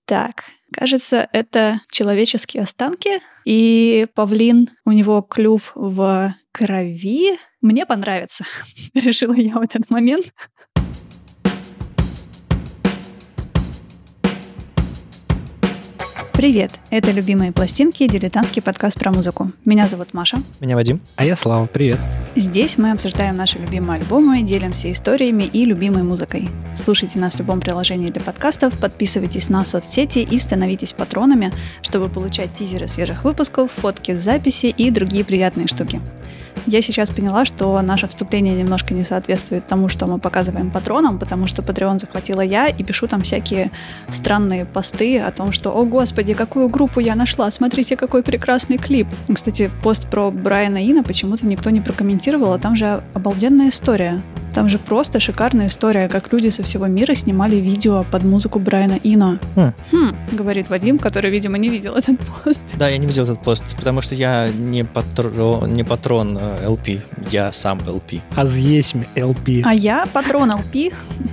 Так, кажется, это человеческие останки, и павлин, у него клюв в крови. Мне понравится, решила я в этот момент. Привет! Это «Любимые пластинки» — дилетантский подкаст про музыку. Меня зовут Маша. Меня Вадим. А я Слава. Привет. Здесь мы обсуждаем наши любимые альбомы, делимся историями и любимой музыкой. Слушайте нас в любом приложении для подкастов, подписывайтесь на соцсети и становитесь патронами, чтобы получать тизеры свежих выпусков, фотки с записи и другие приятные штуки. Я сейчас поняла, что наше вступление немножко не соответствует тому, что мы показываем патронам, потому что Patreon захватила я и пишу там всякие странные посты о том, что «О, Господи, какую группу я нашла! Смотрите, какой прекрасный клип!» Кстати, пост про Брайана Ино почему-то никто не прокомментировал, а там же обалденная история. Там же просто шикарная история, как люди со всего мира снимали видео под музыку Брайана Ино. Говорит Вадим, который, видимо, не видел этот пост. Да, я не видел этот пост, потому что я не патрон LP, я сам LP. А есть LP. А я патрон LP.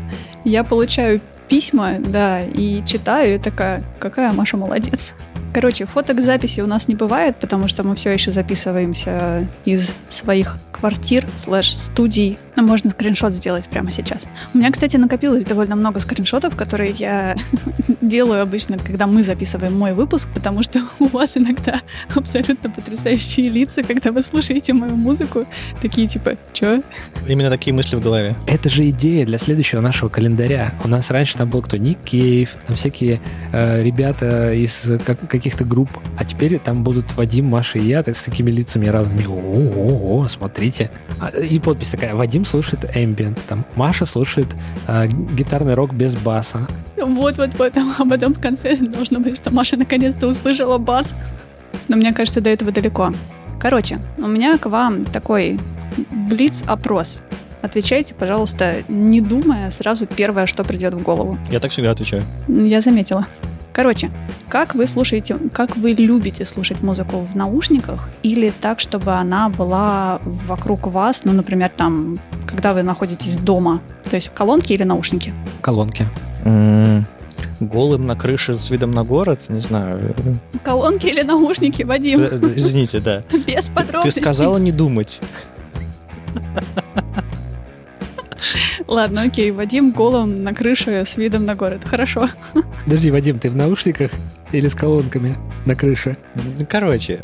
Я получаю письма, да, и читаю, и такая, какая Маша молодец. Короче, фоток записи у нас не бывает, потому что мы все еще записываемся из своих квартир /студий. Но можно скриншот сделать прямо сейчас. У меня, кстати, накопилось довольно много скриншотов, которые я делаю обычно, когда мы записываем мой выпуск, потому что у вас иногда абсолютно потрясающие лица, когда вы слушаете мою музыку. Такие типа, чё? Именно такие мысли в голове. Это же идея для следующего нашего календаря. У нас раньше там был кто? Ник Кейв, там всякие ребята из каких-то групп. А теперь там будут Вадим, Маша и я с такими лицами разными. О, смотрите. И подпись такая: Вадим слушает ambient, там Маша слушает гитарный рок без баса. Вот, а потом в конце должно быть, что Маша наконец-то услышала бас. Но мне кажется, до этого далеко. Короче, у меня к вам такой блиц-опрос. Отвечайте, пожалуйста, не думая, сразу первое, что придет в голову. Я так всегда отвечаю. Я заметила. Короче, как вы любите слушать музыку в наушниках или так, чтобы она была вокруг вас, ну, например, там, когда вы находитесь дома, то есть колонки или наушники? Колонки. Голым на крыше с видом на город, не знаю. Колонки или наушники, Вадим? Извините, да. Без подробностей. Ты сказала не думать. Ладно, окей, Вадим голым на крыше с видом на город. Хорошо. Подожди, Вадим, ты в наушниках или с колонками на крыше? Короче,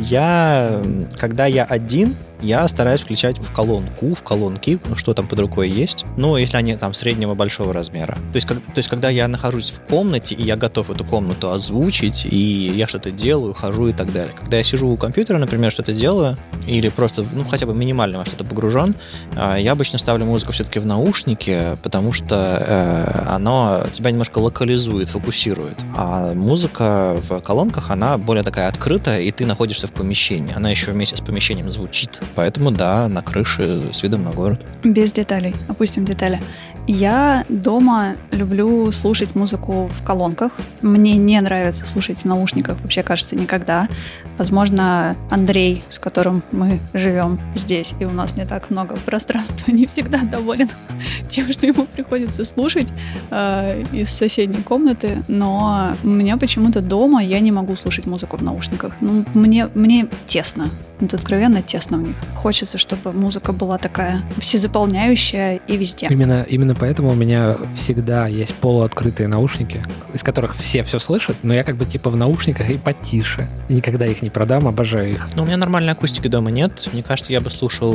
когда я один, я стараюсь включать в колонки, что там под рукой есть. Но если они там среднего большого размера. То есть, когда я нахожусь в комнате, и я готов эту комнату озвучить, и я что-то делаю, хожу и так далее. Когда я сижу у компьютера, например, что-то делаю, или просто, хотя бы минимально во что-то погружен, я обычно ставлю музыку все-таки в наушники, потому что оно тебя немножко локализует, фокусирует. А музыка в колонках, она более такая открытая, и ты находишься в помещении. Она еще вместе с помещением звучит. Поэтому, да, на крыше с видом на город. Без деталей. Опустим детали. Я дома люблю слушать музыку в колонках. Мне не нравится слушать в наушниках, вообще, кажется, никогда. Возможно, Андрей, с которым мы живем здесь, и у нас не так много пространства, не всегда доволен тем, что ему приходится слушать из соседней комнаты. Но у меня почему-то дома я не могу слушать музыку в наушниках. Мне тесно. Откровенно тесно в них. Хочется, чтобы музыка была такая всезаполняющая и везде. Именно поэтому у меня всегда есть полуоткрытые наушники, из которых все слышат, но я как бы типа в наушниках и потише. Никогда их не продам, обожаю их. Но у меня нормальной акустики дома нет. Мне кажется, я бы слушал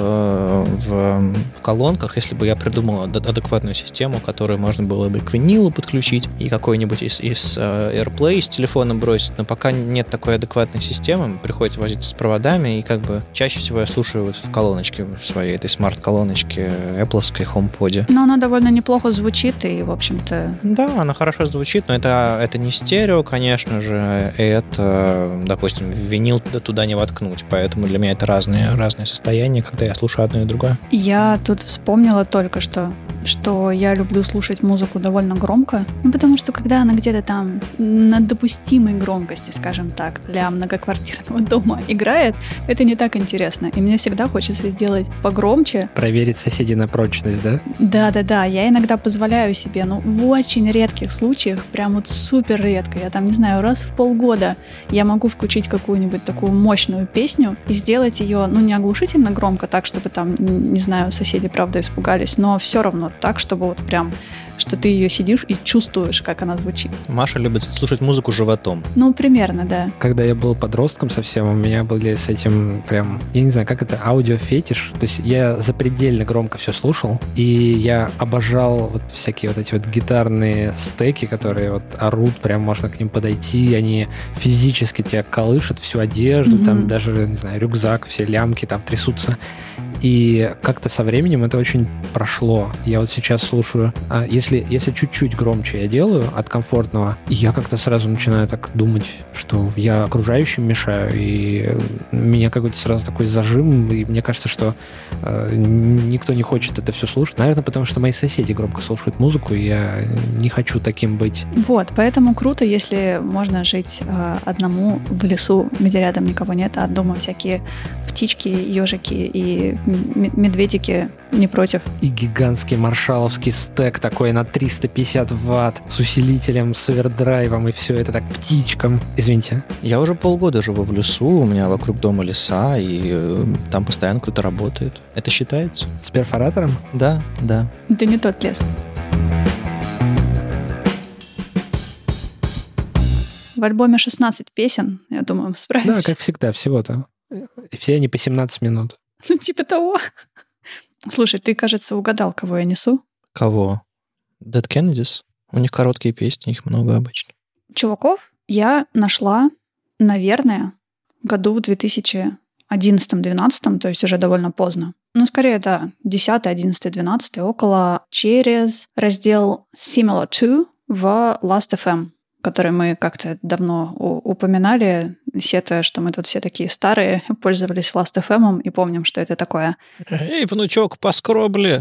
в колонках, если бы я придумал адекватную систему, которую можно было бы к винилу подключить и какой-нибудь из AirPlay с телефона бросить. Но пока нет такой адекватной системы, приходится возиться с проводами, и как бы чаще всего я слушаю вот в колоночке, в своей этой смарт-колоночке Apple'овской HomePod. Но она довольно неплохо звучит, и, в общем-то... Да, она хорошо звучит, но это не стерео, конечно же, это, допустим, винил туда не воткнуть, поэтому для меня это разные состояния, когда я слушаю одно и другое. Я тут вспомнила только что я люблю слушать музыку довольно громко, потому что когда она где-то там на допустимой громкости, скажем так, для многоквартирного дома играет, это не так интересно. приятно. И мне всегда хочется сделать погромче. Проверить соседей на прочность, да? Да. Я иногда позволяю себе, в очень редких случаях, прям вот супер редко. Я там, не знаю, раз в полгода я могу включить какую-нибудь такую мощную песню и сделать ее, не оглушительно громко, так, чтобы там, не знаю, соседи, правда, испугались, но все равно так, чтобы вот прям, что ты ее сидишь и чувствуешь, как она звучит. Маша любит слушать музыку животом. Примерно, да. Когда я был подростком совсем, у меня были с этим прям, я не знаю, как это, аудиофетиш. То есть я запредельно громко все слушал, и я обожал вот всякие вот эти вот гитарные стеки, которые вот орут, прям можно к ним подойти, они физически тебя колышут, всю одежду, там даже, не знаю, рюкзак, все лямки там трясутся. И как-то со временем это очень прошло. Я вот сейчас слушаю, если чуть-чуть громче я делаю от комфортного, я как-то сразу начинаю так думать, что я окружающим мешаю, и у меня какой-то сразу такой зажим, и мне кажется, что никто не хочет это все слушать. Наверное, потому что мои соседи громко слушают музыку, и я не хочу таким быть. Вот, поэтому круто, если можно жить одному в лесу, где рядом никого нет, а дома всякие птички, ежики и медведики не против. И гигантский маршаловский стек такой на 350 ватт с усилителем, с овердрайвом, и все это так птичкам. Извините. Я уже полгода живу в лесу, у меня вокруг дома леса, и там постоянно кто-то работает. Это считается? С перфоратором? Да. Это не тот лес. В альбоме 16 песен, я думаю, мы справимся. Да, как всегда, всего-то. И все они по 17 минут. Типа того. Слушай, ты, кажется, угадал, кого я несу. Кого? Dead Kennedys? У них короткие песни, их много обычно. Чуваков я нашла, наверное, году в 2011-2012, то есть уже довольно поздно. Скорее, да, 10, 11, 12, около, через раздел Similar to в Last.fm, который мы как-то давно упоминали, сетуя, что мы тут все такие старые, пользовались Last.fm и помним, что это такое. Эй, внучок, поскробли!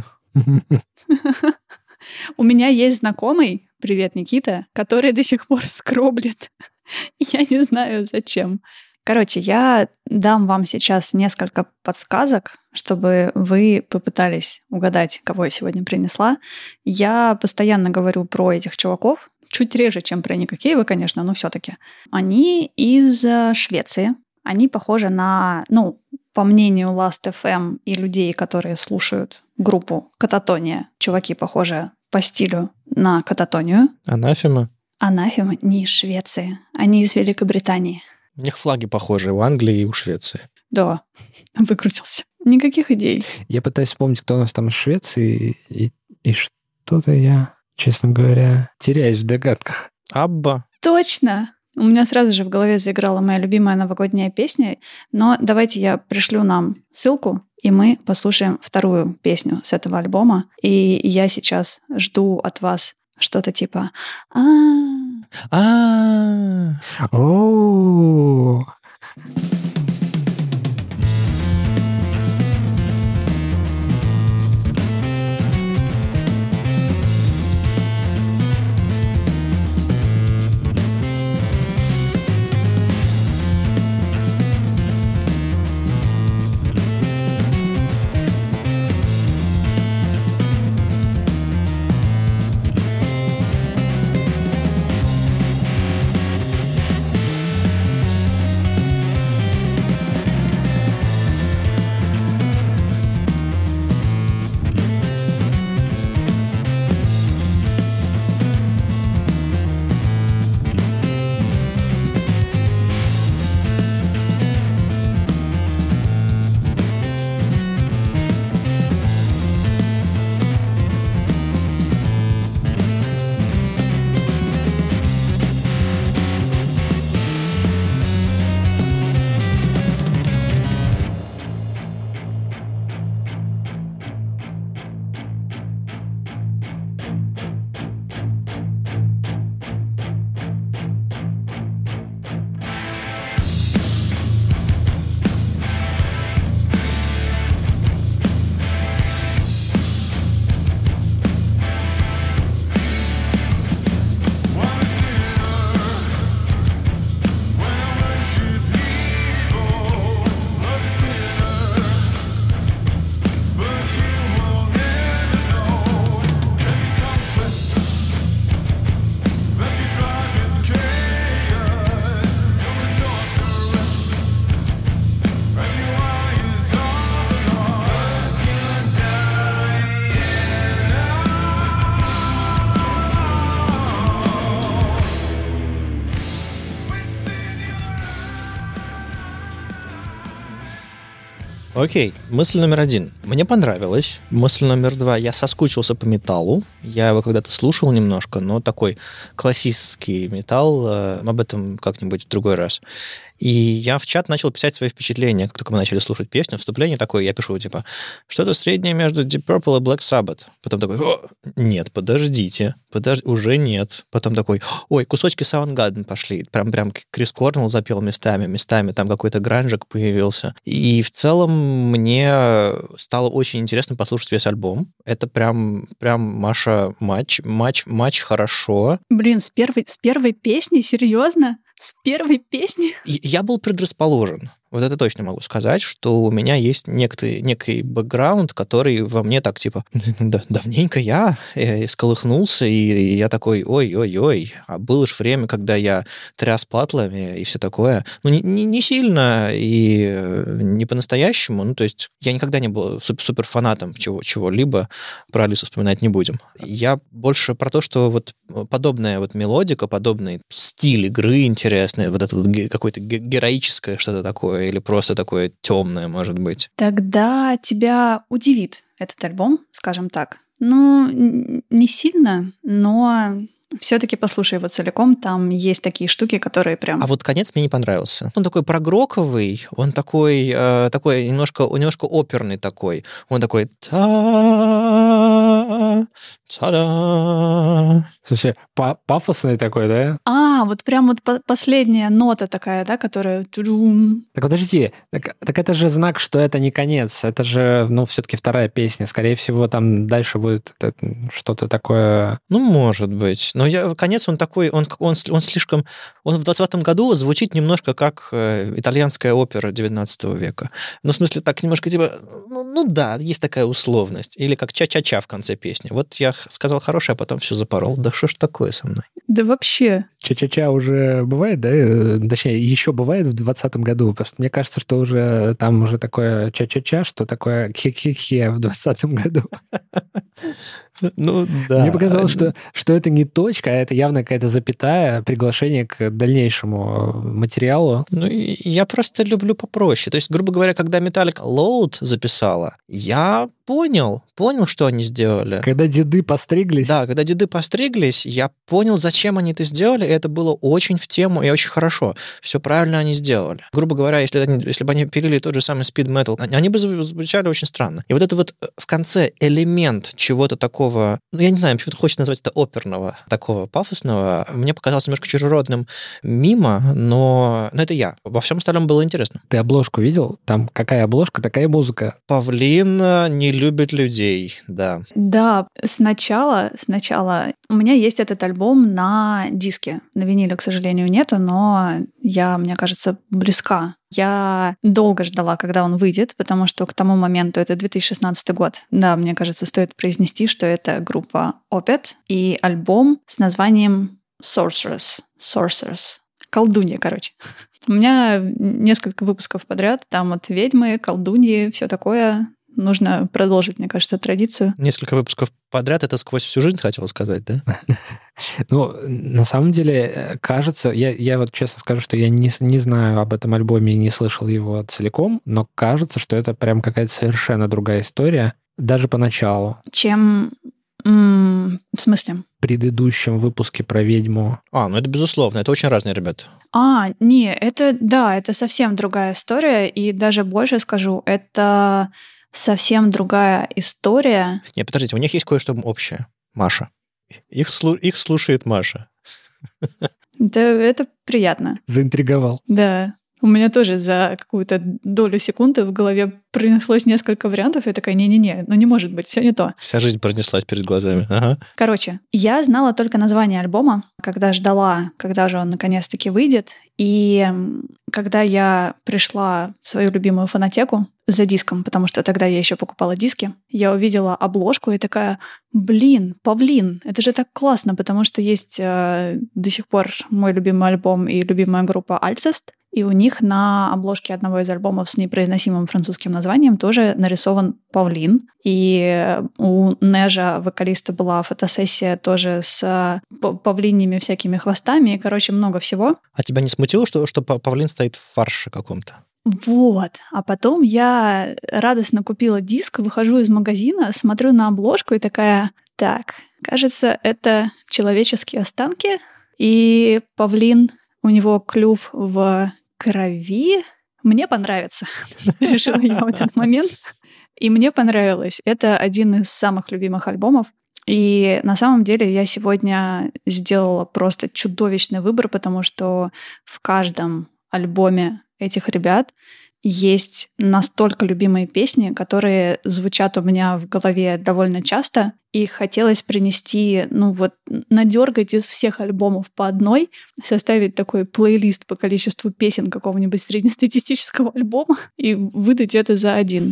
У меня есть знакомый, привет, Никита, который до сих пор скроблит. Я не знаю, зачем. Короче, я дам вам сейчас несколько подсказок, чтобы вы попытались угадать, кого я сегодня принесла. Я постоянно говорю про этих чуваков, чуть реже, чем про Ника Кейва, конечно, но все-таки. Они из Швеции. Они похожи на, по мнению Last.fm и людей, которые слушают группу Кататония, чуваки похожи по стилю на Кататонию. Анафема? Анафема не из Швеции, они из Великобритании. У них флаги похожи у Англии и у Швеции. Да, выкрутился. Никаких идей. Я пытаюсь вспомнить, кто у нас там из Швеции, и что-то я, честно говоря, теряюсь в догадках. Абба. Точно! У меня сразу же в голове заиграла моя любимая новогодняя песня, но давайте я пришлю нам ссылку, и мы послушаем вторую песню с этого альбома. И я сейчас жду от вас что-то типа О. Окей, мысль номер 1. Мне понравилось. Мысль номер 2. Я соскучился по металлу. Я его когда-то слушал немножко, но такой классический металл. Об этом как-нибудь в другой раз. И я в чат начал писать свои впечатления, как только мы начали слушать песню. Вступление такое, я пишу, типа, что-то среднее между Deep Purple и Black Sabbath. Потом такой, нет, подождите, уже нет. Потом такой, ой, кусочки Soundgarden пошли. Прям Крис Корнелл запел местами там какой-то гранжик появился. И в целом мне стало очень интересно послушать весь альбом. Это прям Маша, матч хорошо. Блин, с первой песни? Серьезно? С первой песни? Я был предрасположен. Вот это точно могу сказать, что у меня есть некий бэкграунд, который во мне так, типа, давненько я сколыхнулся, и я такой, ой-ой-ой, а было же время, когда я тряс патлами и все такое. Ну, не сильно и не по-настоящему, ну, то есть я никогда не был супер фанатом чего-либо, про Алису вспоминать не будем. Я больше про то, что вот подобная вот мелодика, подобный стиль игры интересный, вот это вот какое-то героическое что-то такое, или просто такое темное, может быть. Тогда тебя удивит этот альбом, скажем так. Ну, не сильно, но все-таки послушай его целиком, там есть такие штуки, которые прям... А вот конец мне не понравился. Он такой прогроковый, он такой немножко оперный такой. Он такой... Та-да. Слушай, пафосный такой, да? Вот прям вот последняя нота такая, да, которая... Так подожди, так это же знак, что это не конец. Это же, все-таки вторая песня. Скорее всего, там дальше будет что-то такое... Ну, может быть. Но конец он такой, он слишком... Он в 20-м году звучит немножко как итальянская опера 19 века. Ну, в смысле, так немножко типа... Ну да, есть такая условность. Или как ча-ча-ча в конце песни. Вот я сказал хорошее, а потом все запорол. Да что ж такое со мной? Да вообще. Ча-ча-ча уже бывает, да? Точнее, еще бывает в 2020 году. Просто мне кажется, что уже там уже такое ча-ча-ча, что такое хе-хе-хе в 2020 году. Ну, да. Мне показалось, что это не точка, а это явно какая-то запятая, приглашение к дальнейшему материалу. Ну, я просто люблю попроще. То есть, грубо говоря, когда Metallica Load записала, я понял, что они сделали. Когда деды постриглись? Да, когда деды постриглись, я понял, зачем они это сделали, и это было очень в тему и очень хорошо. Все правильно они сделали. Грубо говоря, если бы они пилили тот же самый speed metal, они бы звучали очень странно. И вот это вот в конце элемент чего-то такого, я не знаю, почему-то хочется назвать это оперного, такого пафосного, мне показалось немножко чужеродным мимо, но это я. Во всем остальном было интересно. Ты обложку видел? Там какая обложка, такая музыка. Павлин не любит людей, да. Да, сначала у меня есть этот альбом на диске. На виниле, к сожалению, нету, но мне кажется, близка. Я долго ждала, когда он выйдет, потому что к тому моменту, это 2016 год, да, мне кажется, стоит произнести, что это группа Opeth и альбом с названием Sorceress. Колдунья, короче. У меня несколько выпусков подряд, там вот ведьмы, колдуньи, все такое. Нужно продолжить, мне кажется, традицию. Несколько выпусков подряд, это сквозь всю жизнь, хотел сказать, да? Ну, на самом деле, кажется, я вот честно скажу, что я не знаю об этом альбоме и не слышал его целиком, но кажется, что это прям какая-то совершенно другая история, даже поначалу. Чем... В смысле? В предыдущем выпуске про ведьму. Ну это безусловно, это очень разные ребята. Не, это совсем другая история, и даже больше скажу, это совсем другая история. Не, подождите, у них есть кое-что общее. Маша. Их слушает Маша. Это приятно. Заинтриговал. Да. У меня тоже за какую-то долю секунды в голове пронеслось несколько вариантов, и я такая, не-не-не, не может быть, все не то. Вся жизнь пронеслась перед глазами. Ага. Короче, я знала только название альбома, когда ждала, когда же он наконец-таки выйдет, и когда я пришла в свою любимую фонотеку за диском, потому что тогда я еще покупала диски, я увидела обложку и такая, Павлин, это же так классно, потому что есть до сих пор мой любимый альбом и любимая группа Alcest, и у них на обложке одного из альбомов с непроизносимым французским названием тоже нарисован павлин. И у Нежа, вокалиста, была фотосессия тоже с павлиньими всякими хвостами. И, короче, много всего. А тебя не смутило, что павлин стоит в фарше каком-то? Вот. А потом я радостно купила диск, выхожу из магазина, смотрю на обложку и такая: так, кажется, это человеческие останки, и павлин, у него клюв в крови. Мне понравится, решила я в этот момент. И мне понравилось. Это один из самых любимых альбомов. И на самом деле я сегодня сделала просто чудовищный выбор, потому что в каждом альбоме этих ребят есть настолько любимые песни, которые звучат у меня в голове довольно часто, и хотелось принести, надергать из всех альбомов по одной, составить такой плейлист по количеству песен какого-нибудь среднестатистического альбома и выдать это за один.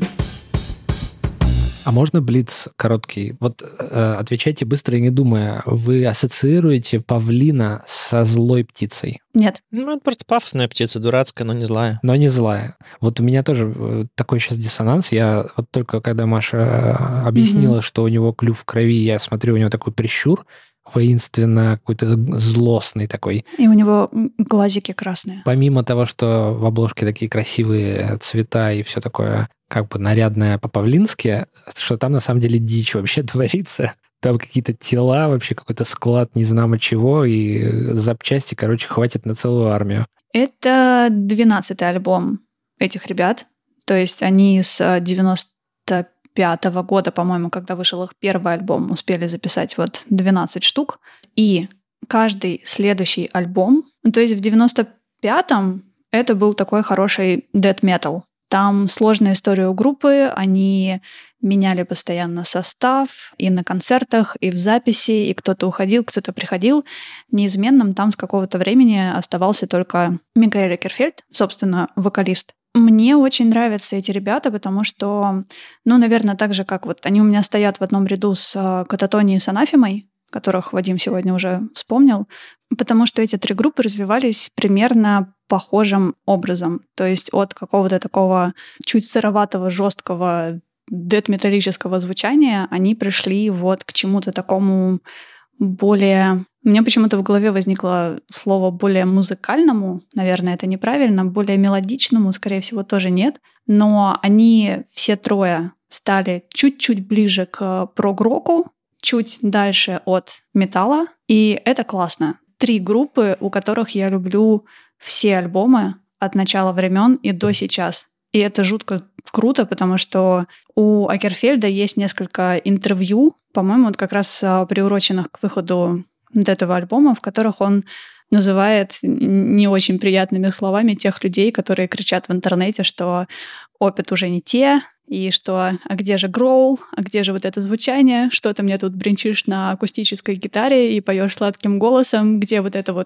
А можно блиц короткий? Вот отвечайте быстро и не думая. Вы ассоциируете павлина со злой птицей? Нет. Это просто пафосная птица, дурацкая, но не злая. Но не злая. Вот у меня тоже такой сейчас диссонанс. Я вот только когда Маша объяснила, что у него клюв в крови, я смотрю, у него такой прищур, воинственно, какой-то злостный такой. И у него глазики красные. Помимо того, что в обложке такие красивые цвета и все такое как бы нарядное по-павлински, что там на самом деле дичь вообще творится. Там какие-то тела, вообще какой-то склад не знамо чего, и запчасти, хватит на целую армию. Это 12-й альбом этих ребят. То есть они с 95-го года, по-моему, когда вышел их первый альбом, успели записать 12 штук. И каждый следующий альбом, то есть в 95-м это был такой хороший death metal. Там сложная история у группы, они меняли постоянно состав и на концертах, и в записи, и кто-то уходил, кто-то приходил. Неизменным там с какого-то времени оставался только Микаэль Экерфельд, собственно, вокалист. Мне очень нравятся эти ребята, потому что, наверное, так же, как они у меня стоят в одном ряду с Кататонией и с Анафемой, которых Вадим сегодня уже вспомнил, потому что эти три группы развивались примерно похожим образом. То есть от какого-то такого чуть сыроватого, жесткого дэт-металлического звучания они пришли к чему-то такому более... У меня почему-то в голове возникло слово «более музыкальному». Наверное, это неправильно. Более мелодичному, скорее всего, тоже нет. Но они все трое стали чуть-чуть ближе к прог-року, чуть дальше от металла. И это классно. 3 группы, у которых я люблю все альбомы от начала времен и до сейчас. И это жутко круто, потому что у Акерфельда есть несколько интервью, по-моему, как раз приуроченных к выходу этого альбома, в которых он называет не очень приятными словами тех людей, которые кричат в интернете, что опыт уже не те, и что «а где же гроул? А где же это звучание? Что ты мне тут бренчишь на акустической гитаре и поешь сладким голосом? Где это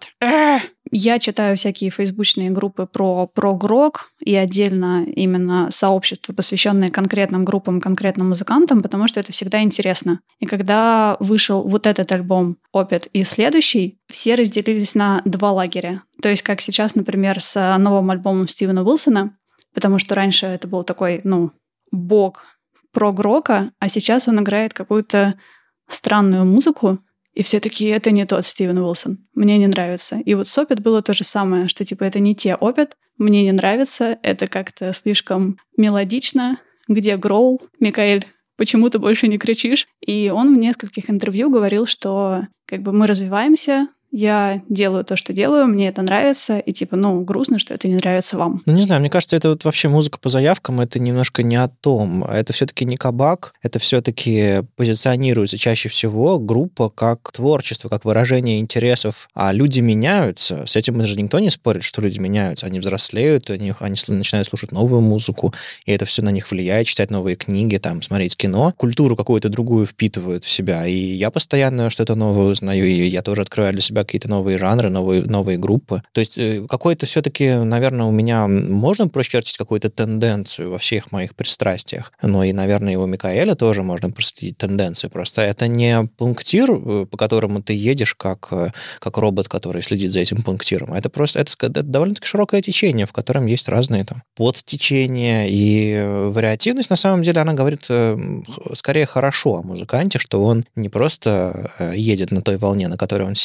Я читаю всякие фейсбучные группы про прог-рок и отдельно именно сообщества, посвященные конкретным группам, конкретным музыкантам, потому что это всегда интересно. И когда вышел этот альбом «Опыт» и следующий, все разделились на 2 лагеря. То есть как сейчас, например, с новым альбомом Стивена Уилсона, потому что раньше это был такой, бог прог-рока, а сейчас он играет какую-то странную музыку, и все такие: это не тот Стивен Уилсон, мне не нравится. И с «Опыт» было то же самое, что это не те «Опыт», мне не нравится, это как-то слишком мелодично, где гроул, Микаэль, почему ты больше не кричишь? И он в нескольких интервью говорил, что мы развиваемся, я делаю то, что делаю, мне это нравится, и грустно, что это не нравится вам. Не знаю, мне кажется, это вообще музыка по заявкам, это немножко не о том. Это все-таки не кабак, это все-таки позиционируется чаще всего группа как творчество, как выражение интересов. А люди меняются, с этим же никто не спорит, что люди меняются. Они взрослеют, они начинают слушать новую музыку, и это все на них влияет, читать новые книги, смотреть кино, культуру какую-то другую впитывают в себя. И я постоянно что-то новое узнаю, и я тоже открываю для себя какие-то новые жанры, новые группы. То есть какой-то все-таки, наверное, у меня можно прочертить какую-то тенденцию во всех моих пристрастиях. Но и, наверное, и у Микаэля тоже можно проследить тенденцию. Просто это не пунктир, по которому ты едешь как робот, который следит за этим пунктиром. Это просто это довольно-таки широкое течение, в котором есть разные подтечения. И вариативность, на самом деле, она говорит скорее хорошо о музыканте, что он не просто едет на той волне, на которой он сел,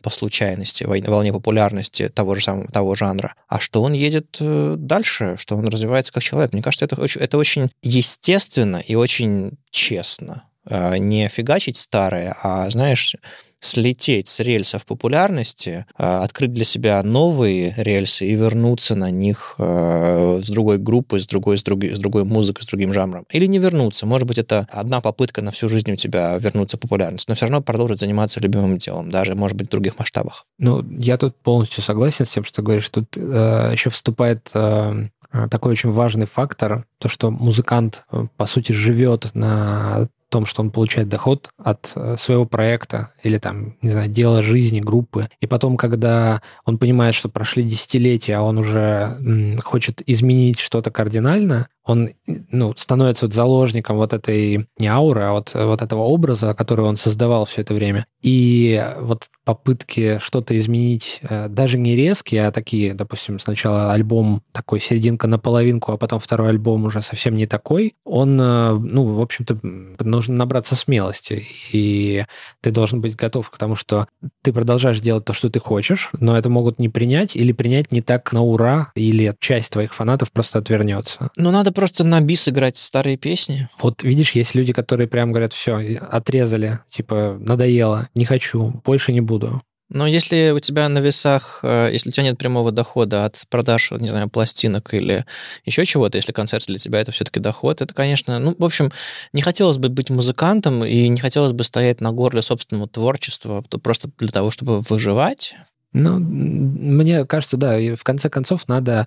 по случайности, волне популярности того жанра, а что он едет дальше, что он развивается как человек. Мне кажется, это очень естественно и очень честно. Не фигачить старое, а, знаешь, слететь с рельсов популярности, открыть для себя новые рельсы и вернуться на них с другой группой, с другой музыкой, с другим жанром. Или не вернуться. Может быть, это одна попытка на всю жизнь у тебя вернуться в популярность, но все равно продолжить заниматься любимым делом, даже, может быть, в других масштабах. Ну, я тут полностью согласен с тем, что ты говоришь. Тут еще вступает такой очень важный фактор, то, что музыкант, по сути, живет на том, что он получает доход от своего проекта или там, не знаю, дела жизни, группы. И потом, когда он понимает, что прошли десятилетия, а он уже хочет изменить что-то кардинально, он становится заложником вот этой не ауры, а вот этого образа, который он создавал все это время. И вот попытки что-то изменить, даже не резкие, а такие, допустим, сначала альбом такой серединка на половинку, а потом второй альбом уже совсем не такой, он, в общем-то, нужно набраться смелости. И ты должен быть готов к тому, что ты продолжаешь делать то, что ты хочешь, но это могут не принять или принять не так на ура, или часть твоих фанатов просто отвернется. Ну, надо просто на бис играть старые песни. Вот видишь, есть люди, которые прям говорят, все, отрезали, типа, надоело, не хочу, больше не буду. Но если у тебя на весах, если у тебя нет прямого дохода от продаж, не знаю, пластинок или еще чего-то, если концерт для тебя это все-таки доход, это, конечно, в общем, не хотелось бы быть музыкантом и не хотелось бы стоять на горле собственного творчества просто для того, чтобы выживать. Ну, мне кажется, да, и в конце концов надо,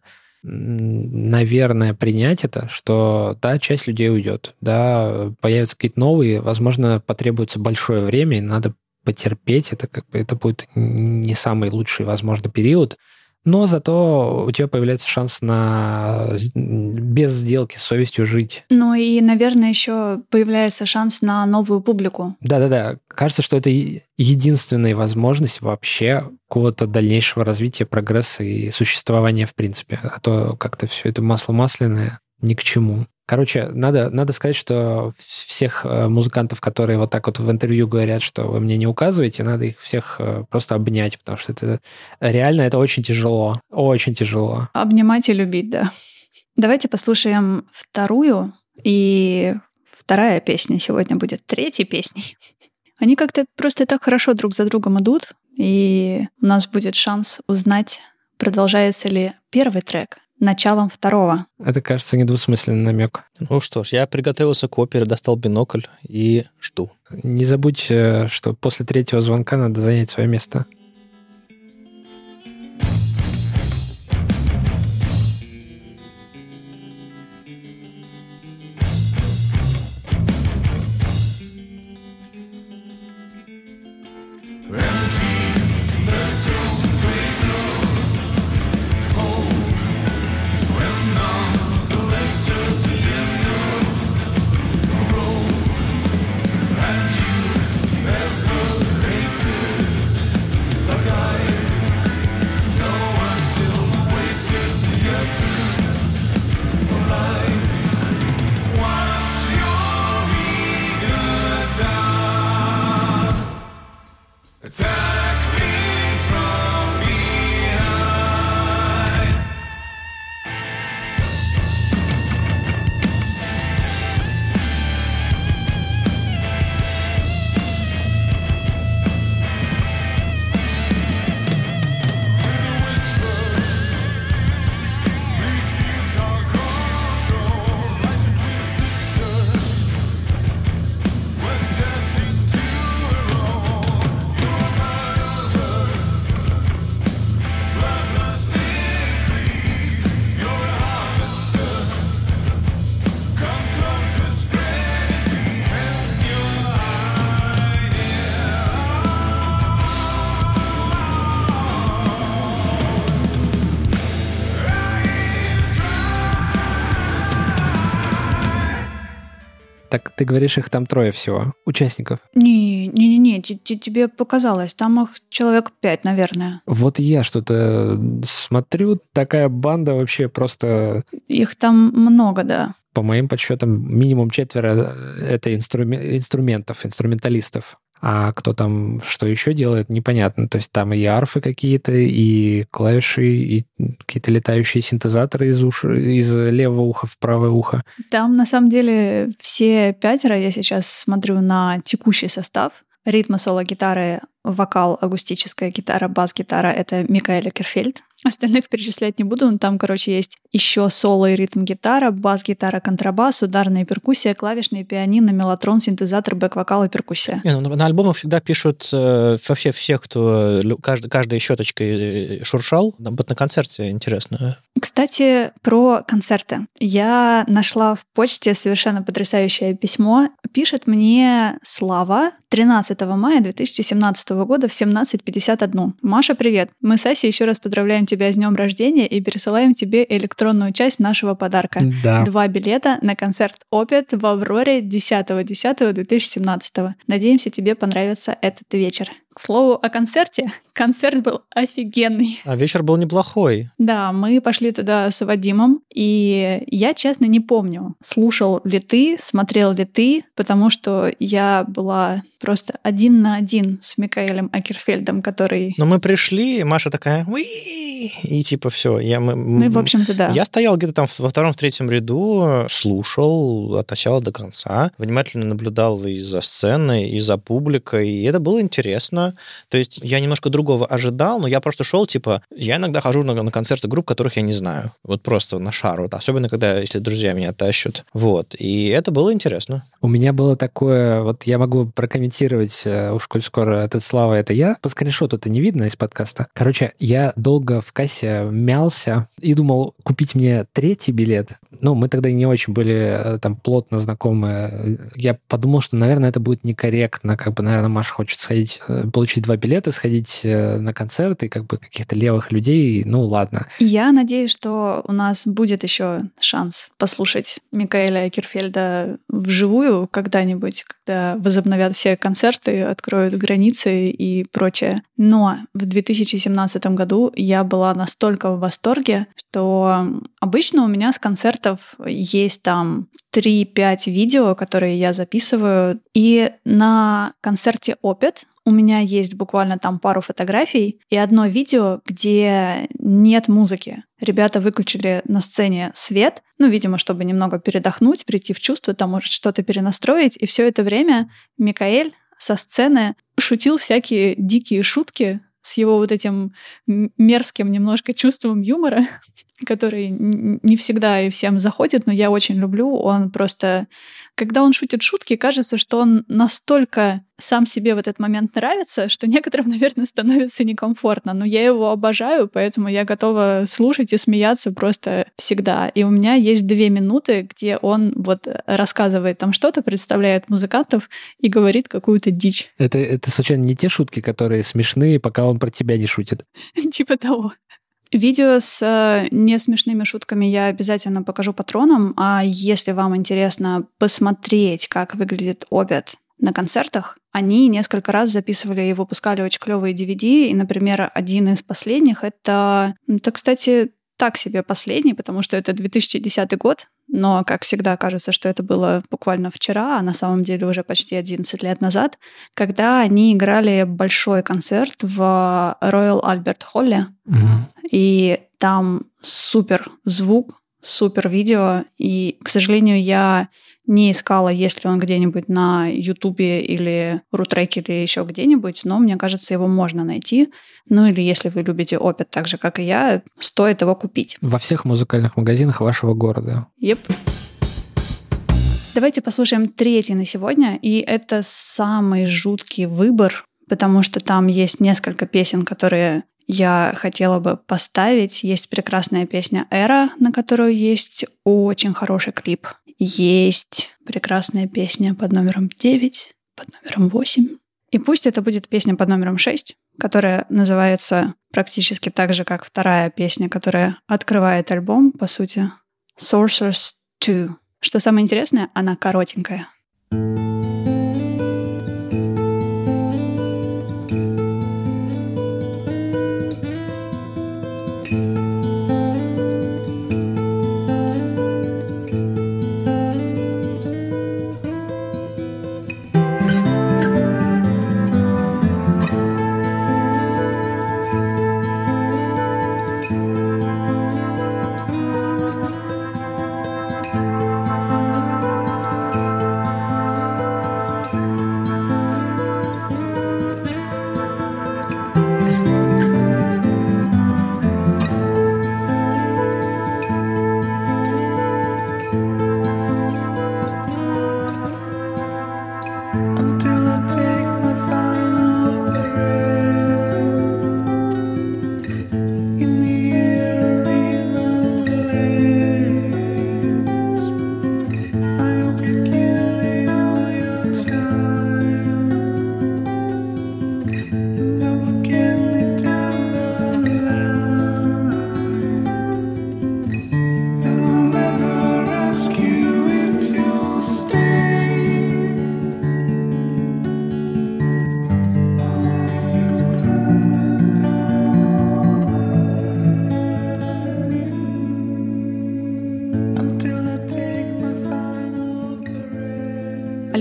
наверное, принять это, что, да, часть людей уйдет, да, появятся какие-то новые, возможно, потребуется большое время, и надо потерпеть, это будет не самый лучший, возможно, период, но зато у тебя появляется шанс без сделки с совестью жить. Ну и, наверное, еще появляется шанс на новую публику. Да. Кажется, что это единственная возможность вообще какого-то дальнейшего развития, прогресса и существования в принципе. А то как-то все это масло масляное ни к чему. Короче, надо сказать, что всех музыкантов, которые вот так вот в интервью говорят, что вы мне не указываете, надо их всех просто обнять, потому что это реально это очень тяжело. Очень тяжело. Обнимать и любить, да. Давайте послушаем вторую, и вторая песня сегодня будет третьей песней. Они как-то просто так хорошо друг за другом идут, и у нас будет шанс узнать, продолжается ли первый трек началом второго. Это, кажется, недвусмысленный намек. Ну что ж, я приготовился к опере, достал бинокль и жду. Не забудь, что после третьего звонка надо занять свое место. Так ты говоришь, их там 3 всего участников? Не, тебе показалось. Там их человек 5, наверное. Вот я что-то смотрю, такая банда вообще просто... Их там много, да. По моим подсчетам, минимум 4 это инструменталистов. а кто там что еще делает, непонятно. То есть там и арфы какие-то, и клавиши, и какие-то летающие синтезаторы из левого уха в правое ухо. Там, на самом деле, все 5, я сейчас смотрю на текущий состав. Ритмы, соло-гитары, вокал, акустическая гитара, бас-гитара — это Микаэль Акерфельд. Остальных перечислять не буду, но там, есть еще соло и ритм-гитара, бас-гитара, контрабас, ударная перкуссия, клавишные, пианино, меллотрон, синтезатор, бэк-вокал и перкуссия. На альбомах всегда пишут вообще всех, кто каждой щеточкой шуршал. Вот на концерте интересно. Кстати, про концерты. Я нашла в почте совершенно потрясающее письмо. Пишет мне Слава 13 мая 2017 года в 17:51. Маша, привет. Мы с Асей еще раз поздравляем тебя с днем рождения и пересылаем тебе электронную часть нашего подарка. Да. 2 билета на концерт «Опет» в Авроре 10.10.2017. Надеемся, тебе понравится этот вечер. К слову о концерте. Концерт был офигенный. А вечер был неплохой. Да, мы пошли туда с Вадимом, и я, честно, не помню, слушал ли ты, смотрел ли ты, потому что я была просто 1 на 1 с Микаэлем Акерфельдом, который... Но мы пришли, Маша такая, уи, и типа все. Ну, в общем-то, да. Я стоял где-то там во втором, в третьем ряду, слушал от начала до конца, внимательно наблюдал и за сценой, и за публикой, и это было интересно. То есть я немножко другого ожидал, но я просто шел, я иногда хожу на концерты групп, которых я не знаю. Вот просто на шару. Особенно, если друзья меня тащат. Вот. И это было интересно. У меня было такое, я могу прокомментировать, уж коль скоро этот Слава, это я. По скриншоту это не видно из подкаста. Короче, я долго в кассе мялся и думал купить мне 3-й билет. Мы тогда не очень были там плотно знакомы. Я подумал, что, наверное, это будет некорректно. Наверное, Маша хочет сходить, получить 2 билета, сходить на концерт и каких-то левых людей. Ладно. Я надеюсь, что у нас будет еще шанс послушать Микаэля Акерфельда вживую когда-нибудь, когда возобновят все концерты, откроют границы и прочее. Но в 2017 году я была настолько в восторге, что обычно у меня с концертов есть там 3-5 видео, которые я записываю. И на концерте «Опет» у меня есть буквально там пару фотографий и одно видео, где нет музыки. Ребята выключили на сцене свет, видимо, чтобы немного передохнуть, прийти в чувство, там, может, что-то перенастроить. И все это время Микаэль со сцены шутил всякие дикие шутки с его вот этим мерзким немножко чувством юмора, который не всегда и всем заходит, но я очень люблю. Он просто... Когда он шутит шутки, кажется, что он настолько сам себе в этот момент нравится, что некоторым, наверное, становится некомфортно. Но я его обожаю, поэтому я готова слушать и смеяться просто всегда. И у меня есть 2 минуты, где он рассказывает там что-то, представляет музыкантов и говорит какую-то дичь. Это случайно не те шутки, которые смешные, пока он про тебя не шутит? Типа того. Видео с несмешными шутками я обязательно покажу патронам, а если вам интересно посмотреть, как выглядит «Опет» на концертах, они несколько раз записывали и выпускали очень клевые DVD, и, например, один из последних — это, кстати, так себе последний, потому что это 2010 год, но, как всегда, кажется, что это было буквально вчера, а на самом деле уже почти 11 лет назад, когда они играли большой концерт в Royal Albert Hall, и там супер звук, супер видео, и, к сожалению, я не искала, есть ли он где-нибудь на Ютубе или Рутреке или еще где-нибудь, но мне кажется, его можно найти. Или если вы любите «Опет» так же, как и я, стоит его купить. Во всех музыкальных магазинах вашего города. Yep. Давайте послушаем 3-й на сегодня, и это самый жуткий выбор, потому что там есть несколько песен, которые я хотела бы поставить. Есть прекрасная песня «Эра», на которую есть очень хороший клип. Есть прекрасная песня под номером 9, под номером 8. И пусть это будет песня под номером 6, которая называется практически так же, как вторая песня, которая открывает альбом, по сути, «Sorcerers 2». Что самое интересное, она коротенькая.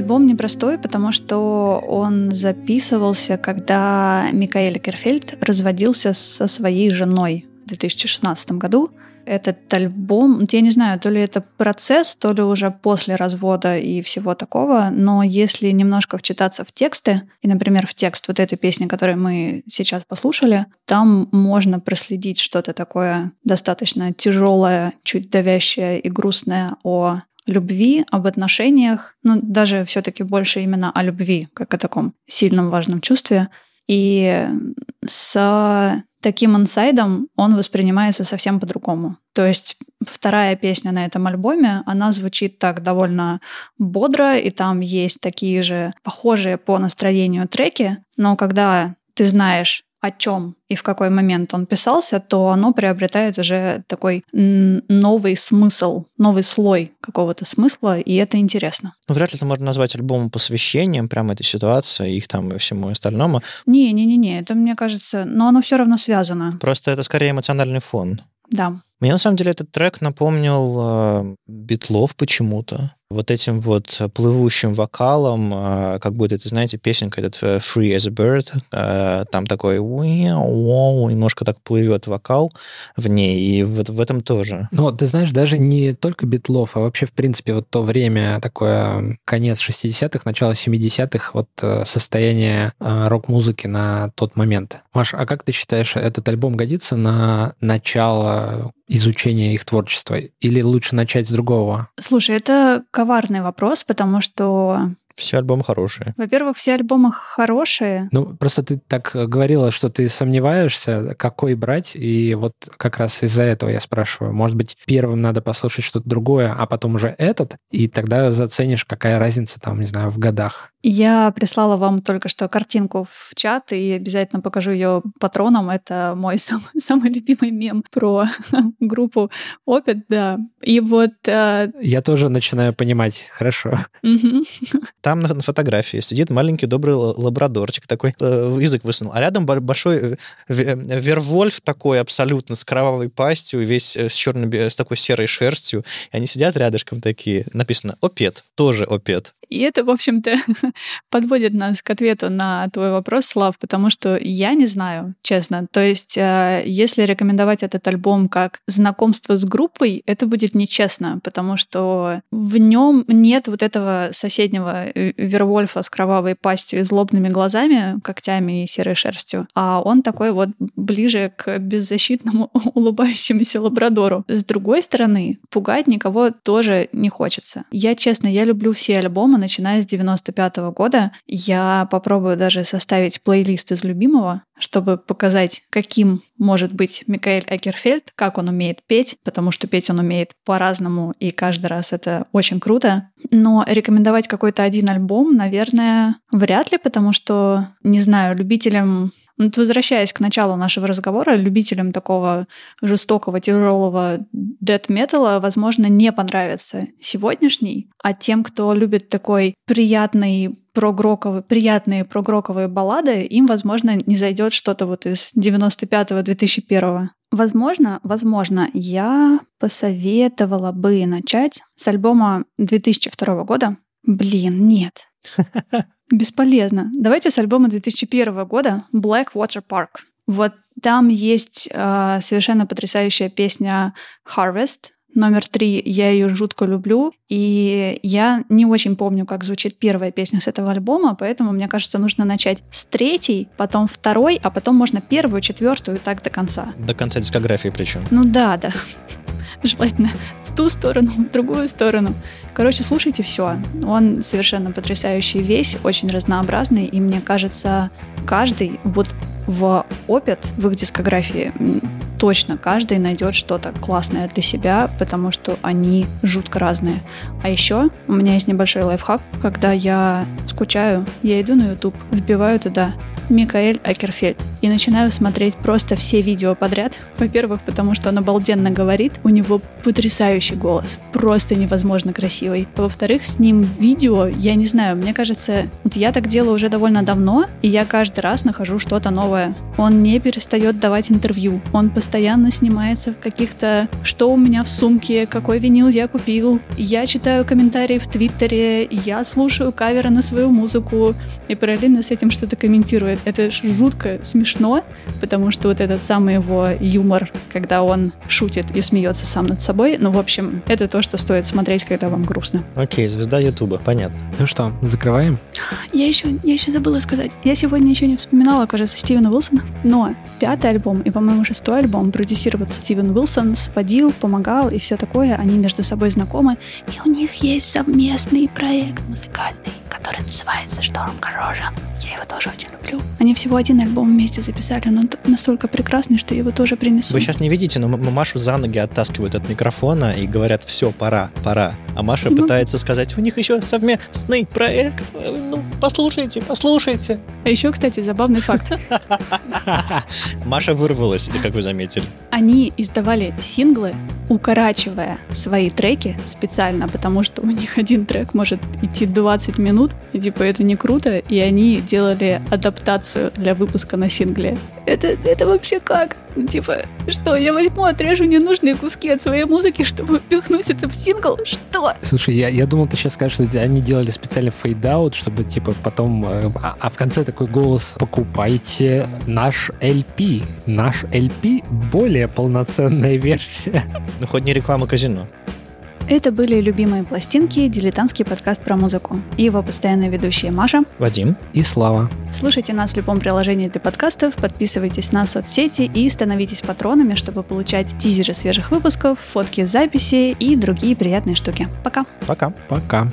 Альбом непростой, потому что он записывался, когда Микаэль Экерфельд разводился со своей женой в 2016 году. Этот альбом, я не знаю, то ли это процесс, то ли уже после развода и всего такого, но если немножко вчитаться в тексты, и, например, в текст вот этой песни, которую мы сейчас послушали, там можно проследить что-то такое достаточно тяжелое, чуть давящее и грустное о любви, об отношениях, ну, даже все-таки больше именно о любви, как о таком сильном, важном чувстве. И с таким инсайдом он воспринимается совсем по-другому. То есть вторая песня на этом альбоме, она звучит так довольно бодро, и там есть такие же похожие по настроению треки, но когда ты знаешь, о чем и в какой момент он писался, то оно приобретает уже такой новый смысл, новый слой какого-то смысла, и это интересно. Ну, вряд ли это можно назвать альбомом посвящением прямо этой ситуации, их там и всему остальному. Не, это, мне кажется, но оно все равно связано. Просто это скорее эмоциональный фон. Да. Мне, на самом деле, этот трек напомнил Битлов почему-то. Вот этим вот плывущим вокалом, как будто это, знаете, песенка этот «Free as a Bird», там такой немножко так плывет вокал в ней, и вот в этом тоже. Ну, ты знаешь, даже не только Битлов, а вообще, в принципе, вот то время, такое конец 60-х, начало 70-х, вот состояние рок-музыки на тот момент. Маш, а как ты считаешь, этот альбом годится на начало изучения их творчества? Или лучше начать с другого? Слушай, это коварный вопрос, потому что... Все альбомы хорошие. Во-первых, все альбомы хорошие. Ну, просто ты так говорила, что ты сомневаешься, какой брать, и вот как раз из-за этого я спрашиваю. Может быть, первым надо послушать что-то другое, а потом уже этот, и тогда заценишь, какая разница там, не знаю, в годах. Я прислала вам только что картинку в чат и обязательно покажу ее патронам. Это мой самый любимый мем про группу Opeth, да. И вот... Я тоже начинаю понимать, хорошо. Там на фотографии сидит маленький добрый лабрадорчик, такой язык высунул, а рядом большой вервольф такой абсолютно с кровавой пастью, весь с такой серой шерстью. И они сидят рядышком такие. Написано «Опет», тоже «Опет». И это, в общем-то, подводит нас к ответу на твой вопрос, Слав, потому что я не знаю, честно. То есть, если рекомендовать этот альбом как знакомство с группой, это будет нечестно, потому что в нем нет вот этого соседнего Вервольфа с кровавой пастью и злобными глазами, когтями и серой шерстью, а он такой вот ближе к беззащитному улыбающемуся лабрадору. С другой стороны, пугать никого тоже не хочется. Я люблю все альбомы, начиная с 95-го года. Я попробую даже составить плейлист из любимого, чтобы показать, каким может быть Микаэль Экерфельд, как он умеет петь, потому что петь он умеет по-разному, и каждый раз это очень круто. Но рекомендовать какой-то один альбом, наверное, вряд ли, потому что, не знаю, любителям... Возвращаясь к началу нашего разговора, любителям такого жестокого, тяжелого дэт-металла, возможно, не понравится сегодняшний, а тем, кто любит такой приятные прогроковые баллады, им, возможно, не зайдет что-то вот из 95-го, 2001-го. Возможно, я посоветовала бы начать с альбома 2002 года. Нет. Бесполезно. Давайте с альбома 2001 года Blackwater Park. Вот там есть совершенно потрясающая песня Harvest, номер 3. Я ее жутко люблю, и я не очень помню, как звучит первая песня с этого альбома, поэтому, мне кажется, нужно начать с 3, потом 2, а потом можно 1, 4 и так до конца. До конца дискографии причем. Ну да. Желательно в ту сторону, в другую сторону. Короче, слушайте все. Он совершенно потрясающий весь, очень разнообразный, и мне кажется, каждый вот в Opeth, в их дискографии, точно каждый найдет что-то классное для себя, потому что они жутко разные. А еще у меня есть небольшой лайфхак. Когда я скучаю, я иду на YouTube, вбиваю туда Микаэль Акерфельд. И начинаю смотреть просто все видео подряд. Во-первых, потому что он обалденно говорит, у него потрясающий голос, просто невозможно красивый. Во-вторых, с ним видео, я не знаю, мне кажется, вот я так делаю уже довольно давно, и я каждый раз нахожу что-то новое. Он не перестает давать интервью, он постоянно снимается в каких-то «что у меня в сумке», «какой винил я купил». Я читаю комментарии в Твиттере, я слушаю каверы на свою музыку и параллельно с этим что-то комментирует. Это жутко смешно, потому что вот этот самый его юмор, когда он шутит и смеется сам над собой, ну, в общем, это то, что стоит смотреть, когда вам грустно. Окей, звезда Ютуба, понятно. Ну что, закрываем? Я еще забыла сказать. Я сегодня еще не вспоминала, кажется, Стивена Уилсона, но 5-й альбом и, по-моему, 6-й альбом продюсировал Стивен Уилсон, сводил, помогал и все такое. Они между собой знакомы, и у них есть совместный проект музыкальный, который называется «Шторм Коррожен». Я его тоже очень люблю. Они всего один альбом вместе записали, но он настолько прекрасный, что я его тоже принесу. Вы сейчас не видите, но Машу за ноги оттаскивают от микрофона и говорят: все, пора. А Маша пытается сказать: у них еще совместный проект. Ну, послушайте. А еще, кстати, забавный факт. Маша вырвалась, как вы заметили. Они издавали синглы, укорачивая свои треки специально, потому что у них один трек может идти 20 минут, и типа это не круто, и они делали адаптацию для выпуска на сингле. Это вообще как? Ну, типа, что, я возьму, отрежу ненужные куски от своей музыки, чтобы впихнуть это в сингл? Что? Слушай, я думал, ты сейчас скажешь, что они делали специально фейдаут, чтобы, типа, потом... А в конце такой голос: покупайте наш LP. Наш LP более полноценная версия. Ну, хоть не реклама казино. Это были «Любимые пластинки», дилетантский подкаст про музыку. И его постоянные ведущие Маша, Вадим и Слава. Слушайте нас в любом приложении для подкастов, подписывайтесь на соцсети и становитесь патронами, чтобы получать тизеры свежих выпусков, фотки записи и другие приятные штуки. Пока! Пока.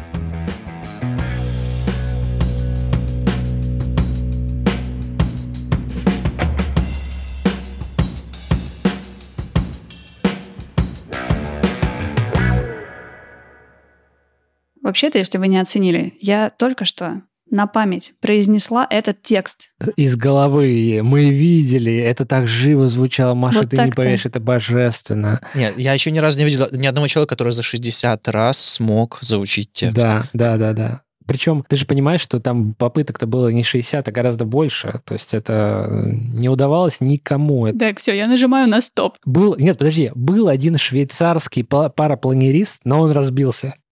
Вообще-то, если вы не оценили, я только что на память произнесла этот текст. Из головы. Мы видели. Это так живо звучало. Маша, Вот ты не так-то. поверишь, это божественно. Нет, я еще ни разу не видел ни одного человека, который за 60 раз смог заучить текст. Да. Причем ты же понимаешь, что там попыток-то было не 60, а гораздо больше. То есть это не удавалось никому. Так, все, я нажимаю на стоп. Был один швейцарский парапланерист, но он разбился.